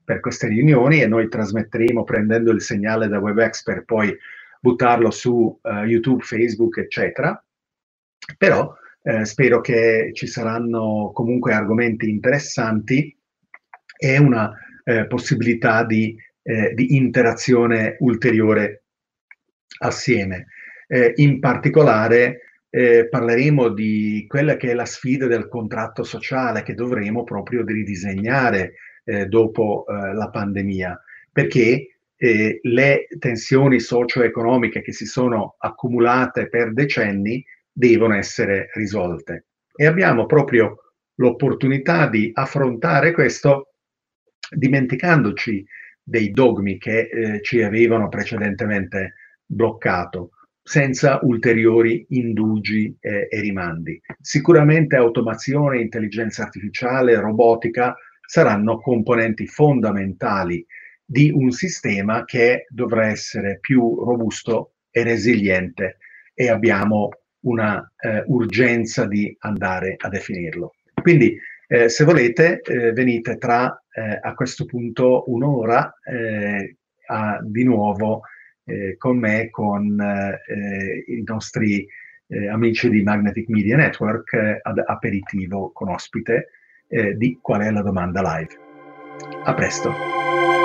per queste riunioni e noi trasmetteremo prendendo il segnale da WebEx per poi buttarlo su YouTube, Facebook, eccetera. Però spero che ci saranno comunque argomenti interessanti e una possibilità di interazione ulteriore assieme. In particolare parleremo di quella che è la sfida del contratto sociale che dovremo proprio ridisegnare dopo la pandemia, perché le tensioni socio-economiche che si sono accumulate per decenni devono essere risolte. E abbiamo proprio l'opportunità di affrontare questo dimenticandoci dei dogmi che ci avevano precedentemente bloccato, senza ulteriori indugi e rimandi. Sicuramente automazione, intelligenza artificiale, robotica saranno componenti fondamentali di un sistema che dovrà essere più robusto e resiliente e abbiamo una urgenza di andare a definirlo. Quindi se volete venite tra a questo punto un'ora di nuovo con me, con i nostri amici di Magnetic Media Network ad aperitivo con ospite di Qual è la domanda live. A presto.